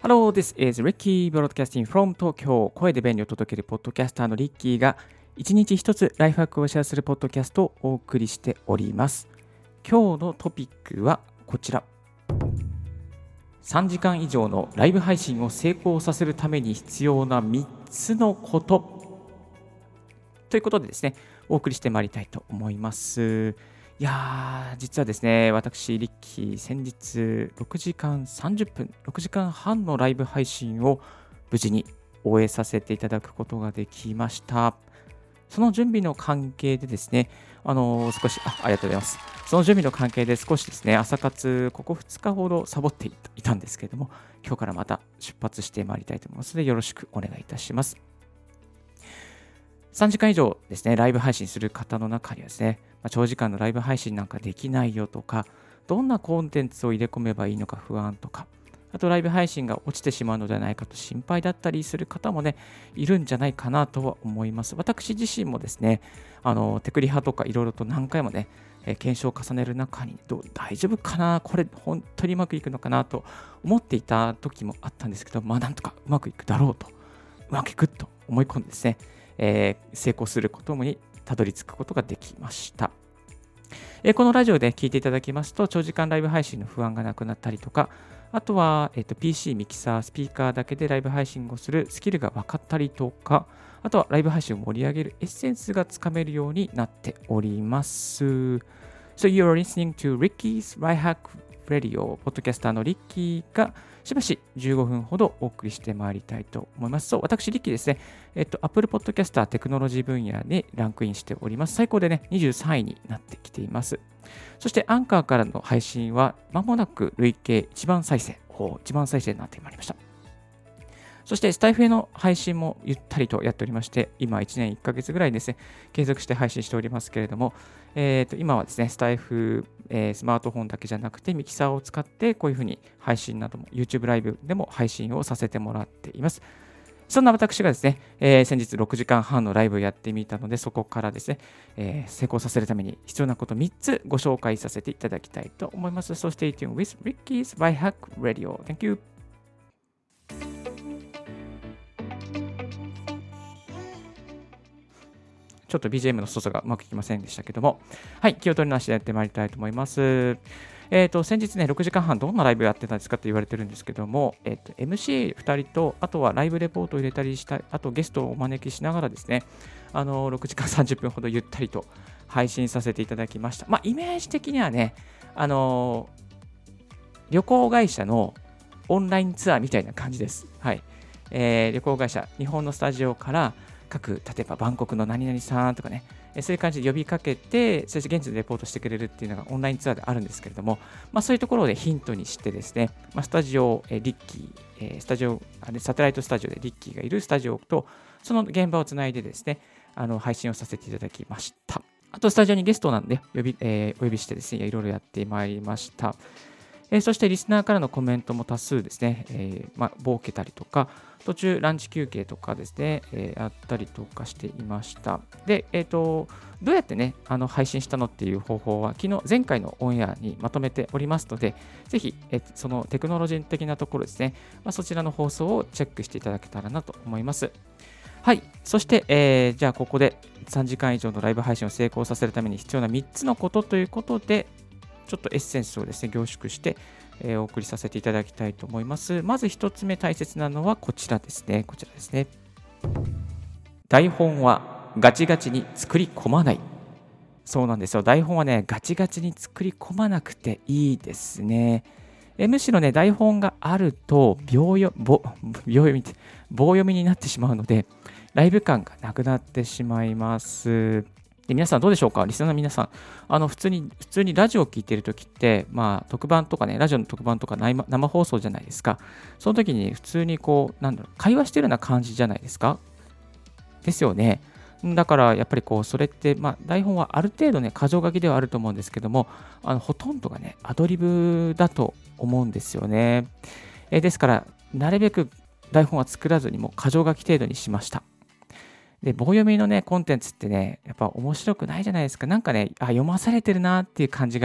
Hello, this is Ricky Broadcasting from Tokyo. 声で便利を届けるポッドキャスターのリッキーが一日一つライフハックをシェアするポッドキャストをお送りしております。今日のトピックはこちら。3時間以上のライブ配信を成功させるために必要な3つのこと。ということでですね、お送りしてまいりたいと思います。いやー、実はですね、私、リッキー、先日6時間30分、6時間半のライブ配信を無事に終えさせていただくことができました。その準備の関係でですね、ありがとうございます。その準備の関係で少しですね、朝活、ここ2日ほどサボっていたんですけれども、今日からまた出発してまいりたいと思いますので、よろしくお願いいたします。3時間以上ですね、ライブ配信する方の中にはですね、長時間のライブ配信なんかできないよとか、どんなコンテンツを入れ込めばいいのか不安とか、あとライブ配信が落ちてしまうのではないかと心配だったりする方もね、いるんじゃないかなとは思います。私自身もですね、テクリ派とかいろいろと何回もね、検証を重ねる中に大丈夫かな、これ本当にうまくいくのかなと思っていた時もあったんですけど、なんとかうまくいくだろうと、うまくいくと思い込んでですね、成功することにたどり着くことができました。このラジオで聞いていただきますと、長時間ライブ配信の不安がなくなったりとか、あとは、PC、ミキサー、スピーカーだけでライブ配信をするスキルが分かったりとか、あとはライブ配信を盛り上げるエッセンスがつかめるようになっております。So you're listening to Ricky's Right Hack Radio、ポッドキャスターのリッキーがしばし15分ほどお送りしてまいりたいと思います。そう、私、リッキーですね、Apple Podcaster テクノロジー分野にランクインしております。最高でね、23位になってきています。そして、アンカーからの配信は、まもなく累計1万再生になってまいりました。そして、スタイフへの配信もゆったりとやっておりまして、今1年1ヶ月ぐらいですね、継続して配信しておりますけれども、今はですね、スタイフ、スマートフォンだけじゃなくて、ミキサーを使って、こういうふうに配信なども、YouTube ライブでも配信をさせてもらっています。そんな私がですね、先日6時間半のライブをやってみたので、そこからですね、成功させるために必要なこと3つご紹介させていただきたいと思います。So stay tuned with Ricky's Right Hack Radio. Thank you. ちょっと BGM の操作がうまくいきませんでしたけども、はい、気を取り直してやってまいりたいと思います。先日ね、6時間半どんなライブやってたんですかって言われてるんですけども、MC2 人と、あとはライブレポートを入れたりした、あとゲストをお招きしながらですね、6時間30分ほどゆったりと配信させていただきました。イメージ的にはね、旅行会社のオンラインツアーみたいな感じです。はい。旅行会社、日本のスタジオから、例えばバンコクの何々さんとかね、そういう感じで呼びかけて、そして現地でレポートしてくれるっていうのがオンラインツアーであるんですけれども、そういうところでヒントにしてですね、スタジオ、リッキー、サテライトスタジオでリッキーがいるスタジオと、その現場をつないでですね、配信をさせていただきました。あと、スタジオにゲストなんでお呼びしてですね、いろいろやってまいりました。そしてリスナーからのコメントも多数ですね、ボケたりとか、途中ランチ休憩とかですね、やったりとかしていました。で、どうやってね、配信したのっていう方法は、前回のオンエアにまとめておりますので、ぜひ、そのテクノロジー的なところですね、そちらの放送をチェックしていただけたらなと思います。はい。そして、じゃあここで3時間以上のライブ配信を成功させるために必要な3つのことということで、ちょっとエッセンスをですね、凝縮して、お送りさせていただきたいと思います。まず1つ目大切なのはこちらですね。台本はガチガチに作り込まない。そうなんですよ。台本はね、ガチガチに作り込まなくていいですね。むしろね、台本があると棒読みになってしまうので、ライブ感がなくなってしまいます。で、皆さんどうでしょうか？リスナーの皆さん、普通にラジオを聞いているときって、特番とかね、ラジオの特番とか生放送じゃないですか。その時に普通に会話してるような感じじゃないですか？ですよね。だからやっぱりそれって、台本はある程度ね、箇条書きではあると思うんですけども、ほとんどがね、アドリブだと思うんですよね。ですから、なるべく台本は作らずにも箇条書き程度にしました。で、棒読みのね、コンテンツってね、やっぱ面白くないじゃないですか。なんかね、読まされてるなっていう感じが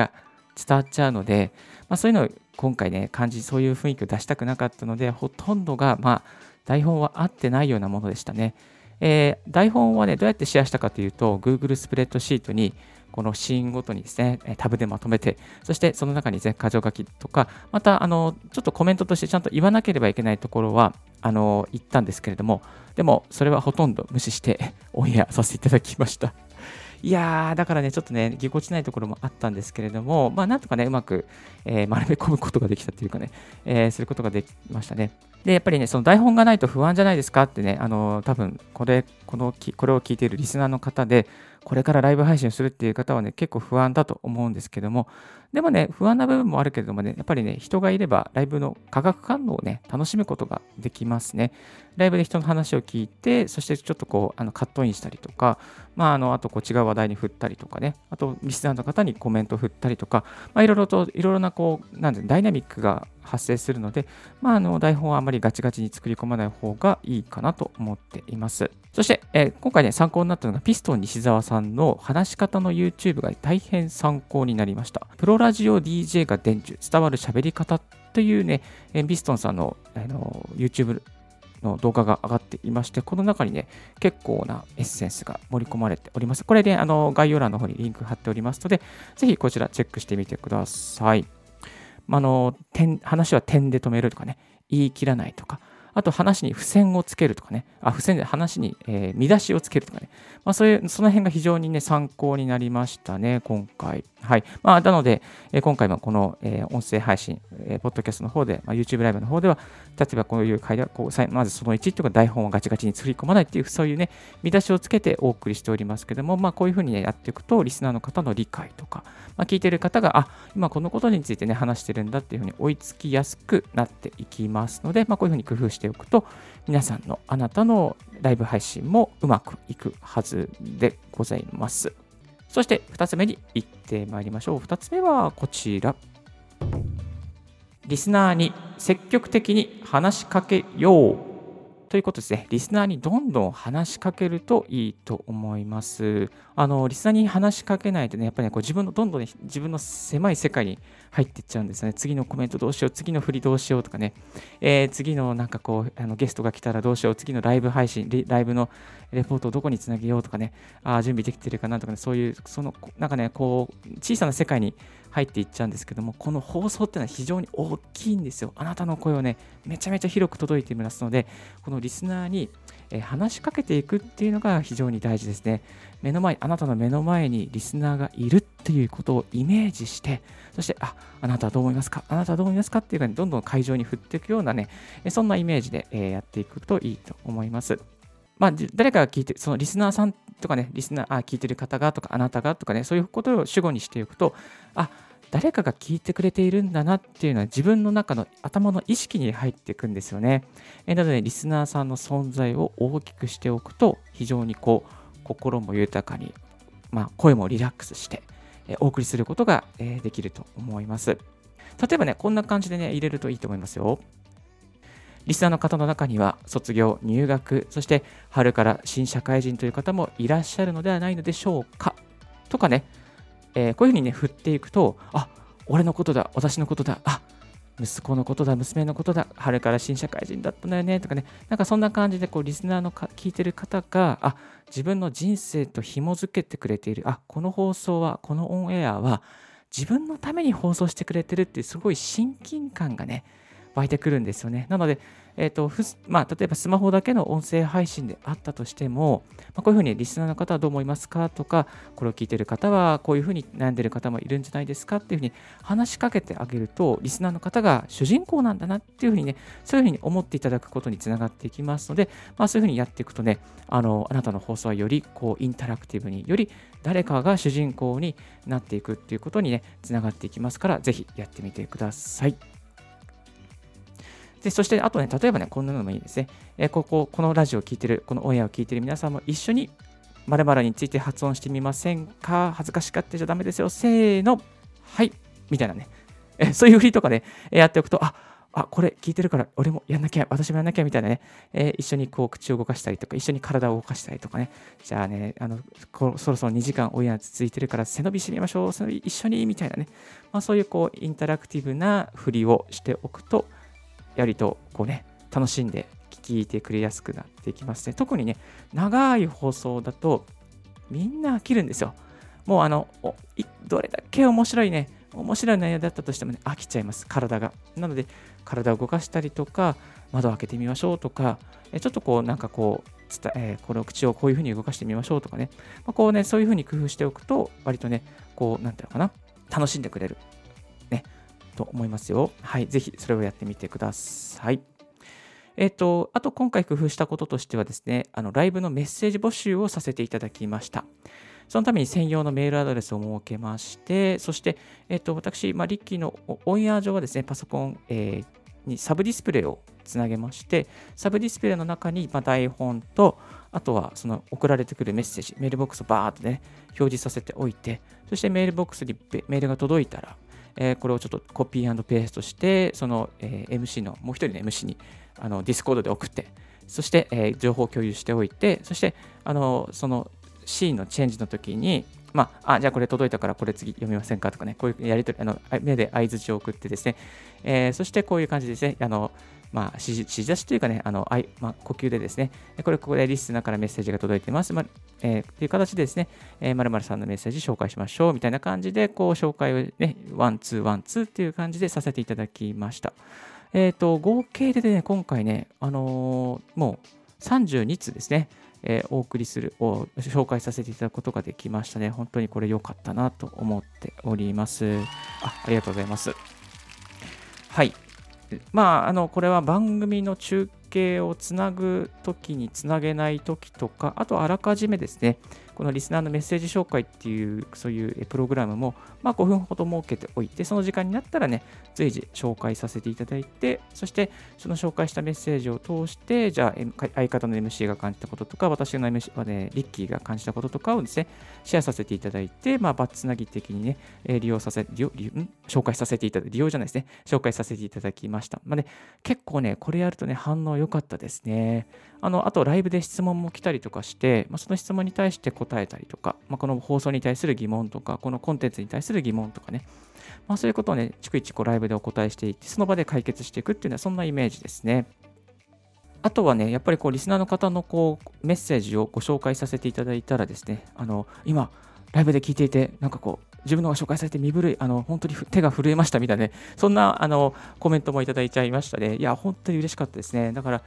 伝わっちゃうので、そういうのを今回ね、そういう雰囲気を出したくなかったので、ほとんどが、台本は合ってないようなものでしたね。台本はね、どうやってシェアしたかというと、Google スプレッドシートに、このシーンごとにですね、タブでまとめて、そしてその中にですね、箇条書きとか、また、ちょっとコメントとしてちゃんと言わなければいけないところは、言ったんですけれども、でも、それはほとんど無視してオンエアさせていただきました。いやー、だからね、ちょっとね、ぎこちないところもあったんですけれども、なんとかね、うまく、丸め込むことができたというかね、することができましたね。で、やっぱりね、その台本がないと不安じゃないですかってね、多分これを聞いているリスナーの方で、これからライブ配信をするっていう方はね、結構不安だと思うんですけども、でもね、不安な部分もあるけれどもね、やっぱりね、人がいればライブの化学反応をね、楽しむことができますね。ライブで人の話を聞いて、そしてちょっとカットインしたりとか、あと違う話題に振ったりとかね、あとリスナーの方にコメントを振ったりとか、いろいろなダイナミックが発生するので、台本はあまりガチガチに作り込まない方がいいかなと思っています。そして、今回ね、参考になったのがピストン西澤さんの話し方の YouTube が大変参考になりました。プロラジオ DJ が伝授、伝わる喋り方というね、ピストンさんの、YouTube の動画が上がっていまして、この中にね、結構なエッセンスが盛り込まれております。これで、概要欄の方にリンク貼っておりますので、ぜひこちらチェックしてみてください。話は点で止めるとかね、言い切らないとか、あと話に付箋をつけるとかね、付箋で話に、見出しをつけるとかね、その辺が非常にね、参考になりましたね、今回。はい。なので、今回もこの、音声配信、ポッドキャストの方で、YouTube ライブの方では、例えばこういう回ではまずその1っていうか台本をガチガチに作り込まないっていう、そういうね、見出しをつけてお送りしておりますけども、こういうふうにね、やっていくと、リスナーの方の理解とか、聞いている方が、今このことについてね、話してるんだっていうふうに追いつきやすくなっていきますので、こういうふうに工夫しておくと、皆さんのあなたのライブ配信もうまくいくはずでございます。そして2つ目に行ってまいりましょう。2つ目はこちら。リスナーに積極的に話しかけようということですね。リスナーにどんどん話しかけるといいと思います。リスナーに話しかけないとね、やっぱりね、どんどんね、自分の狭い世界に入っていっちゃうんですよね。次のコメントどうしよう、次の振りどうしようとかね、次のゲストが来たらどうしよう、次のライブ配信、ライブのレポートをどこにつなげようとかね、準備できてるかなとかね、そういう、小さな世界に入っていっちゃうんですけども、この放送っていうのは非常に大きいんですよ。あなたの声をね、めちゃめちゃ広く届いていますので、このリスナーに話しかけていくっていうのが非常に大事ですね。あなたの目の前にリスナーがいるっていうことをイメージして、そして、あなたはどう思いますか、あなたはどう思いますかっていうか、どんどん会場に振っていくようなね、そんなイメージでやっていくといいと思います。誰かが聞いて、そのリスナーさんとかね、聞いてる方がとか、あなたがとかね、そういうことを主語にしておくと、誰かが聞いてくれているんだなっていうのは自分の中の頭の意識に入っていくんですよね。なので、リスナーさんの存在を大きくしておくと、非常に心も豊かに、声もリラックスして、お送りすることができると思います。例えばね、こんな感じでね、入れるといいと思いますよ。リスナーの方の中には卒業、入学、そして春から新社会人という方もいらっしゃるのではないのでしょうかとかね、こういうふうにね、振っていくと、俺のことだ、私のことだ、息子のことだ、娘のことだ、春から新社会人だったんだよねとかね、そんな感じでリスナーの聞いてる方が、自分の人生と紐づけてくれている、この放送は、このオンエアは自分のために放送してくれてるっていうすごい親近感がね、湧いてくるんですよね。なので、例えばスマホだけの音声配信であったとしても、こういうふうにリスナーの方はどう思いますかとか、これを聞いている方はこういうふうに悩んでいる方もいるんじゃないですかっていうふうに話しかけてあげると、リスナーの方が主人公なんだなっていうふうにね、そういうふうに思っていただくことにつながっていきますので、そういうふうにやっていくとね、あなたの放送はよりインタラクティブに、より誰かが主人公になっていくっていうことにね、つながっていきますから、ぜひやってみてください。で、そして、あとね、例えばね、こんなのもいいですね。このラジオを聞いてる、このオンエアを聞いてる皆さんも一緒に、〇〇について発音してみませんか？恥ずかしがってちゃダメですよ。せーの。はい。みたいなね。そういう振りとかね、やっておくと、 これ聞いてるから俺もやんなきゃ、私もやんなきゃみたいなね、一緒にこう口を動かしたりとか、一緒に体を動かしたりとかね、じゃあね、そろそろ2時間オンエア続いてるから背伸びしてみましょう、背伸び一緒にみたいなね、そういうこうインタラクティブな振りをしておくと、やりとこうね、楽しんで聞いてくれやすくなっていきますね。特にね、長い放送だとみんな飽きるんですよ。もうどれだけ面白い内容だったとしてもね、飽きちゃいます、体が。なので、体を動かしたりとか、窓を開けてみましょうとか、ちょっとこう、なんかこう、この口をこういう風に動かしてみましょうとかね、こうね、そういう風に工夫しておくと、割とね、こう、なんていうのかな、楽しんでくれる、ね、と思いますよ。はい、ぜひそれをやってみてください。あと今回工夫したこととしてはですね、ライブのメッセージ募集をさせていただきました。そのために専用のメールアドレスを設けまして、そして、私、リッキーのオンエア上はですね、パソコン、にサブディスプレイをつなげまして、サブディスプレイの中に台本と、あとはその送られてくるメッセージ、メールボックスをバーっとね、表示させておいて、そしてメールボックスにメールが届いたら、これをちょっとコピー&ペーストして、その、MC の、もう一人の MC にディスコードで送って、そして、情報を共有しておいて、そしてそのシーンのチェンジの時に、じゃあこれ届いたからこれ次読みませんかとかね、こういうやり取り、目で相槌を送ってですね、そしてこういう感じですね、指示出しというかね、呼吸でですね、ここでリスナーからメッセージが届いてます、っていう形でですね、〇〇さんのメッセージ紹介しましょうみたいな感じで、こう紹介をね、ワン、ツー、ワン、ツーっていう感じでさせていただきました。合計でね、今回ね、もう32通ですね、お送りする、紹介させていただくことができましたね。本当にこれ良かったなと思っております。ありがとうございます。はい。これは番組の中継をつなぐときにつなげないときとか、あとあらかじめですね、このリスナーのメッセージ紹介っていう、そういうプログラムも、5分ほど設けておいて、その時間になったらね、随時紹介させていただいて、そしてその紹介したメッセージを通して、じゃあ、相方の MC が感じたこととか、私の MC はね、リッキーが感じたこととかをですね、シェアさせていただいて、バッツなぎ的にね、紹介させていただいて、利用じゃないですね、紹介させていただきました。結構ね、これやるとね、反応良かったですね。あと、ライブで質問も来たりとかして、その質問に対して答えたりとか、この放送に対する疑問とか、このコンテンツに対する疑問とかね、そういうことをね、逐一ライブでお答えしていって、その場で解決していくっていうのは、そんなイメージですね。あとはね、やっぱりリスナーの方のメッセージをご紹介させていただいたらですね、今、ライブで聞いていて、自分のが紹介されて身震い、本当に手が震えましたみたいなね、そんなコメントもいただいちゃいましたね。いや、本当に嬉しかったですね。だから、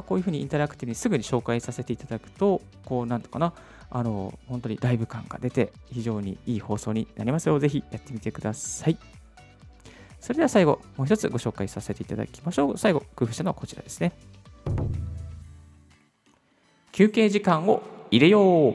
こういうふうにインタラクティブにすぐに紹介させていただくと、なんとかな、本当にライブ感が出て、非常にいい放送になりますよ。ぜひやってみてください。それでは最後、もう一つご紹介させていただきましょう。最後、工夫したのはこちらですね。休憩時間を入れよう。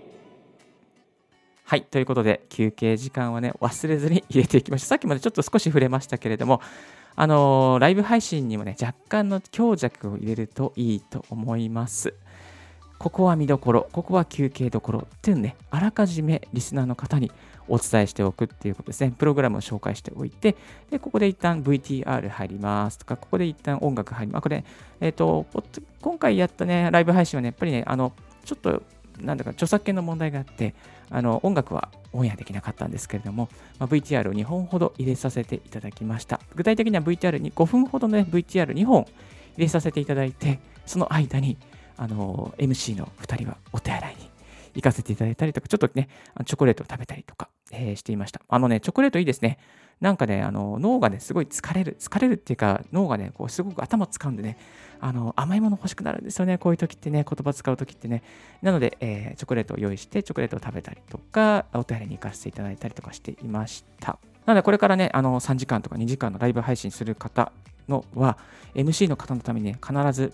はい。ということで、休憩時間はね、忘れずに入れていきましょう。さっきまでちょっと少し触れましたけれども、ライブ配信にもね、若干の強弱を入れるといいと思います。ここは見どころ、ここは休憩どころっていうのね、あらかじめリスナーの方にお伝えしておくっていうことですね。プログラムを紹介しておいて、で、ここで一旦 VTR 入りますとか、ここで一旦音楽入ります。これ、今回やったね、ライブ配信はね、やっぱりね、ちょっと、著作権の問題があって、音楽はオンエアできなかったんですけれども、VTR を2本ほど入れさせていただきました。具体的には VTR に5分ほどね、VTR2 本入れさせていただいて、その間に、MC の2人はお手洗いに行かせていただいたりとか、ちょっとね、チョコレートを食べたりとか、していました。チョコレートいいですね。脳がね、すごい疲れるっていうか、脳がね、すごく頭使うんでね、甘いもの欲しくなるんですよね、こういう時ってね、言葉使う時ってね。なので、チョコレートを用意して、チョコレートを食べたりとか、お手洗いに行かせていただいたりとかしていました。なので、これからね、3時間とか2時間のライブ配信する方のは、MC の方のためにね、必ず、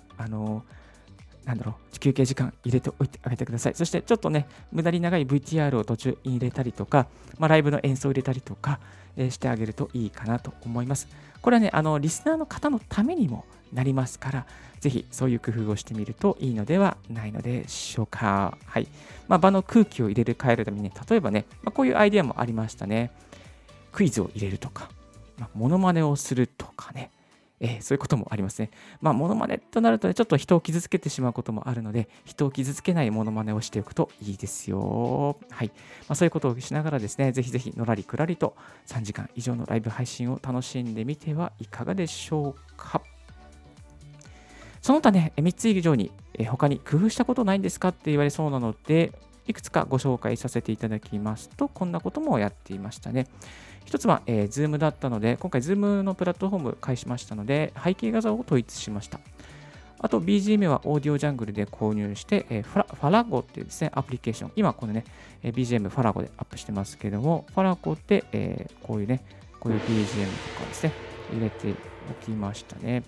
休憩時間入れておいてあげてください。そしてちょっとね、無駄に長い VTR を途中に入れたりとか、ライブの演奏を入れたりとか、してあげるといいかなと思います。これはね、リスナーの方のためにもなりますから、ぜひそういう工夫をしてみるといいのではないのでしょうか。はい。場の空気を入れる変えるためにね、例えばね、こういうアイデアもありましたね。クイズを入れるとか、モノマネをするとかね、 そういうこともありますね。モノマネとなるとね、ちょっと人を傷つけてしまうこともあるので、人を傷つけないモノマネをしておくといいですよ。はい。そういうことをしながらですね、ぜひぜひのらりくらりと3時間以上のライブ配信を楽しんでみてはいかがでしょうか。その他ね、3つ以上に他に工夫したことないんですかって言われそうなので、いくつかご紹介させていただきますと、こんなこともやっていましたね。一つは、Zoom だったので、今回 Zoom のプラットフォーム介しましたので、背景画像を統一しました。あと BGM はオーディオジャングルで購入して、ファラゴっていうですね、アプリケーション、今このね、BGM ファラゴでアップしてますけども、ファラゴで、こういうね、こういう BGM とかですね、入れておきましたね。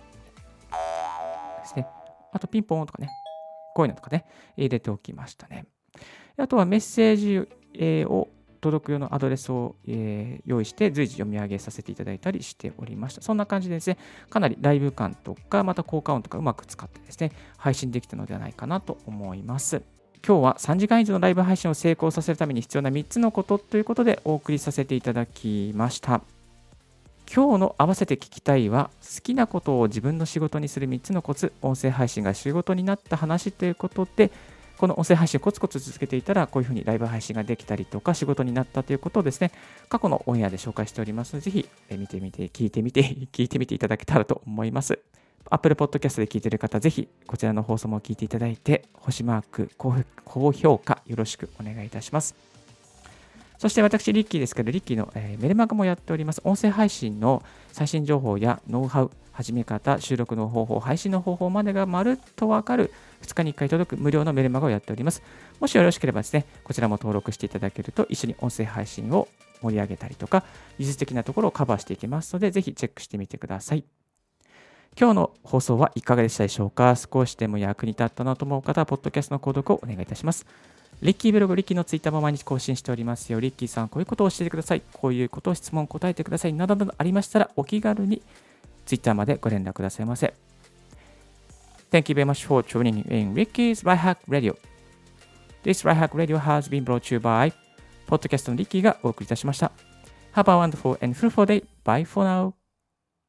ですね。あとピンポーンとかね、こういうのとかね、入れておきましたね。あとはメッセージ、を届く用のアドレスを、用意して随時読み上げさせていただいたりしておりました。そんな感じでですね、かなりライブ感とか、また効果音とかうまく使ってですね、配信できたのではないかなと思います。今日は3時間以上のライブ配信を成功させるために必要な3つのことということでお送りさせていただきました。今日の合わせて聞きたいは、好きなことを自分の仕事にする3つのコツ、音声配信が仕事になった話ということで、この音声配信をコツコツ続けていたら、こういうふうにライブ配信ができたりとか、仕事になったということをですね、過去のオンエアで紹介しておりますので、ぜひ見てみて、聞いてみていただけたらと思います。Apple Podcast で聞いている方、ぜひこちらの放送も聞いていただいて、星マーク、高評価よろしくお願いいたします。そして私、リッキーですけど、リッキーの、メルマガもやっております。音声配信の最新情報やノウハウ、始め方、収録の方法、配信の方法までがまるっとわかる2日に1回届く無料のメルマガをやっております。もしよろしければですね、こちらも登録していただけると一緒に音声配信を盛り上げたりとか、技術的なところをカバーしていきますので、ぜひチェックしてみてください。今日の放送はいかがでしたでしょうか。少しでも役に立ったなと思う方は、ポッドキャストの購読をお願いいたします。リッキーブログ、リッキーのツイッターも毎日更新しておりますよ。リッキーさん、こういうことを教えてください。こういうことを質問答えてください。などなどありましたら、お気軽にツイッターまでご連絡くださいませ。Thank you very much for tuning in Ricky's Right Hack Radio. This Right Hack Radio has been brought to you by ポッドキャストのリッキーがお送りいたしました。Have a wonderful and fruitful day. Bye for now.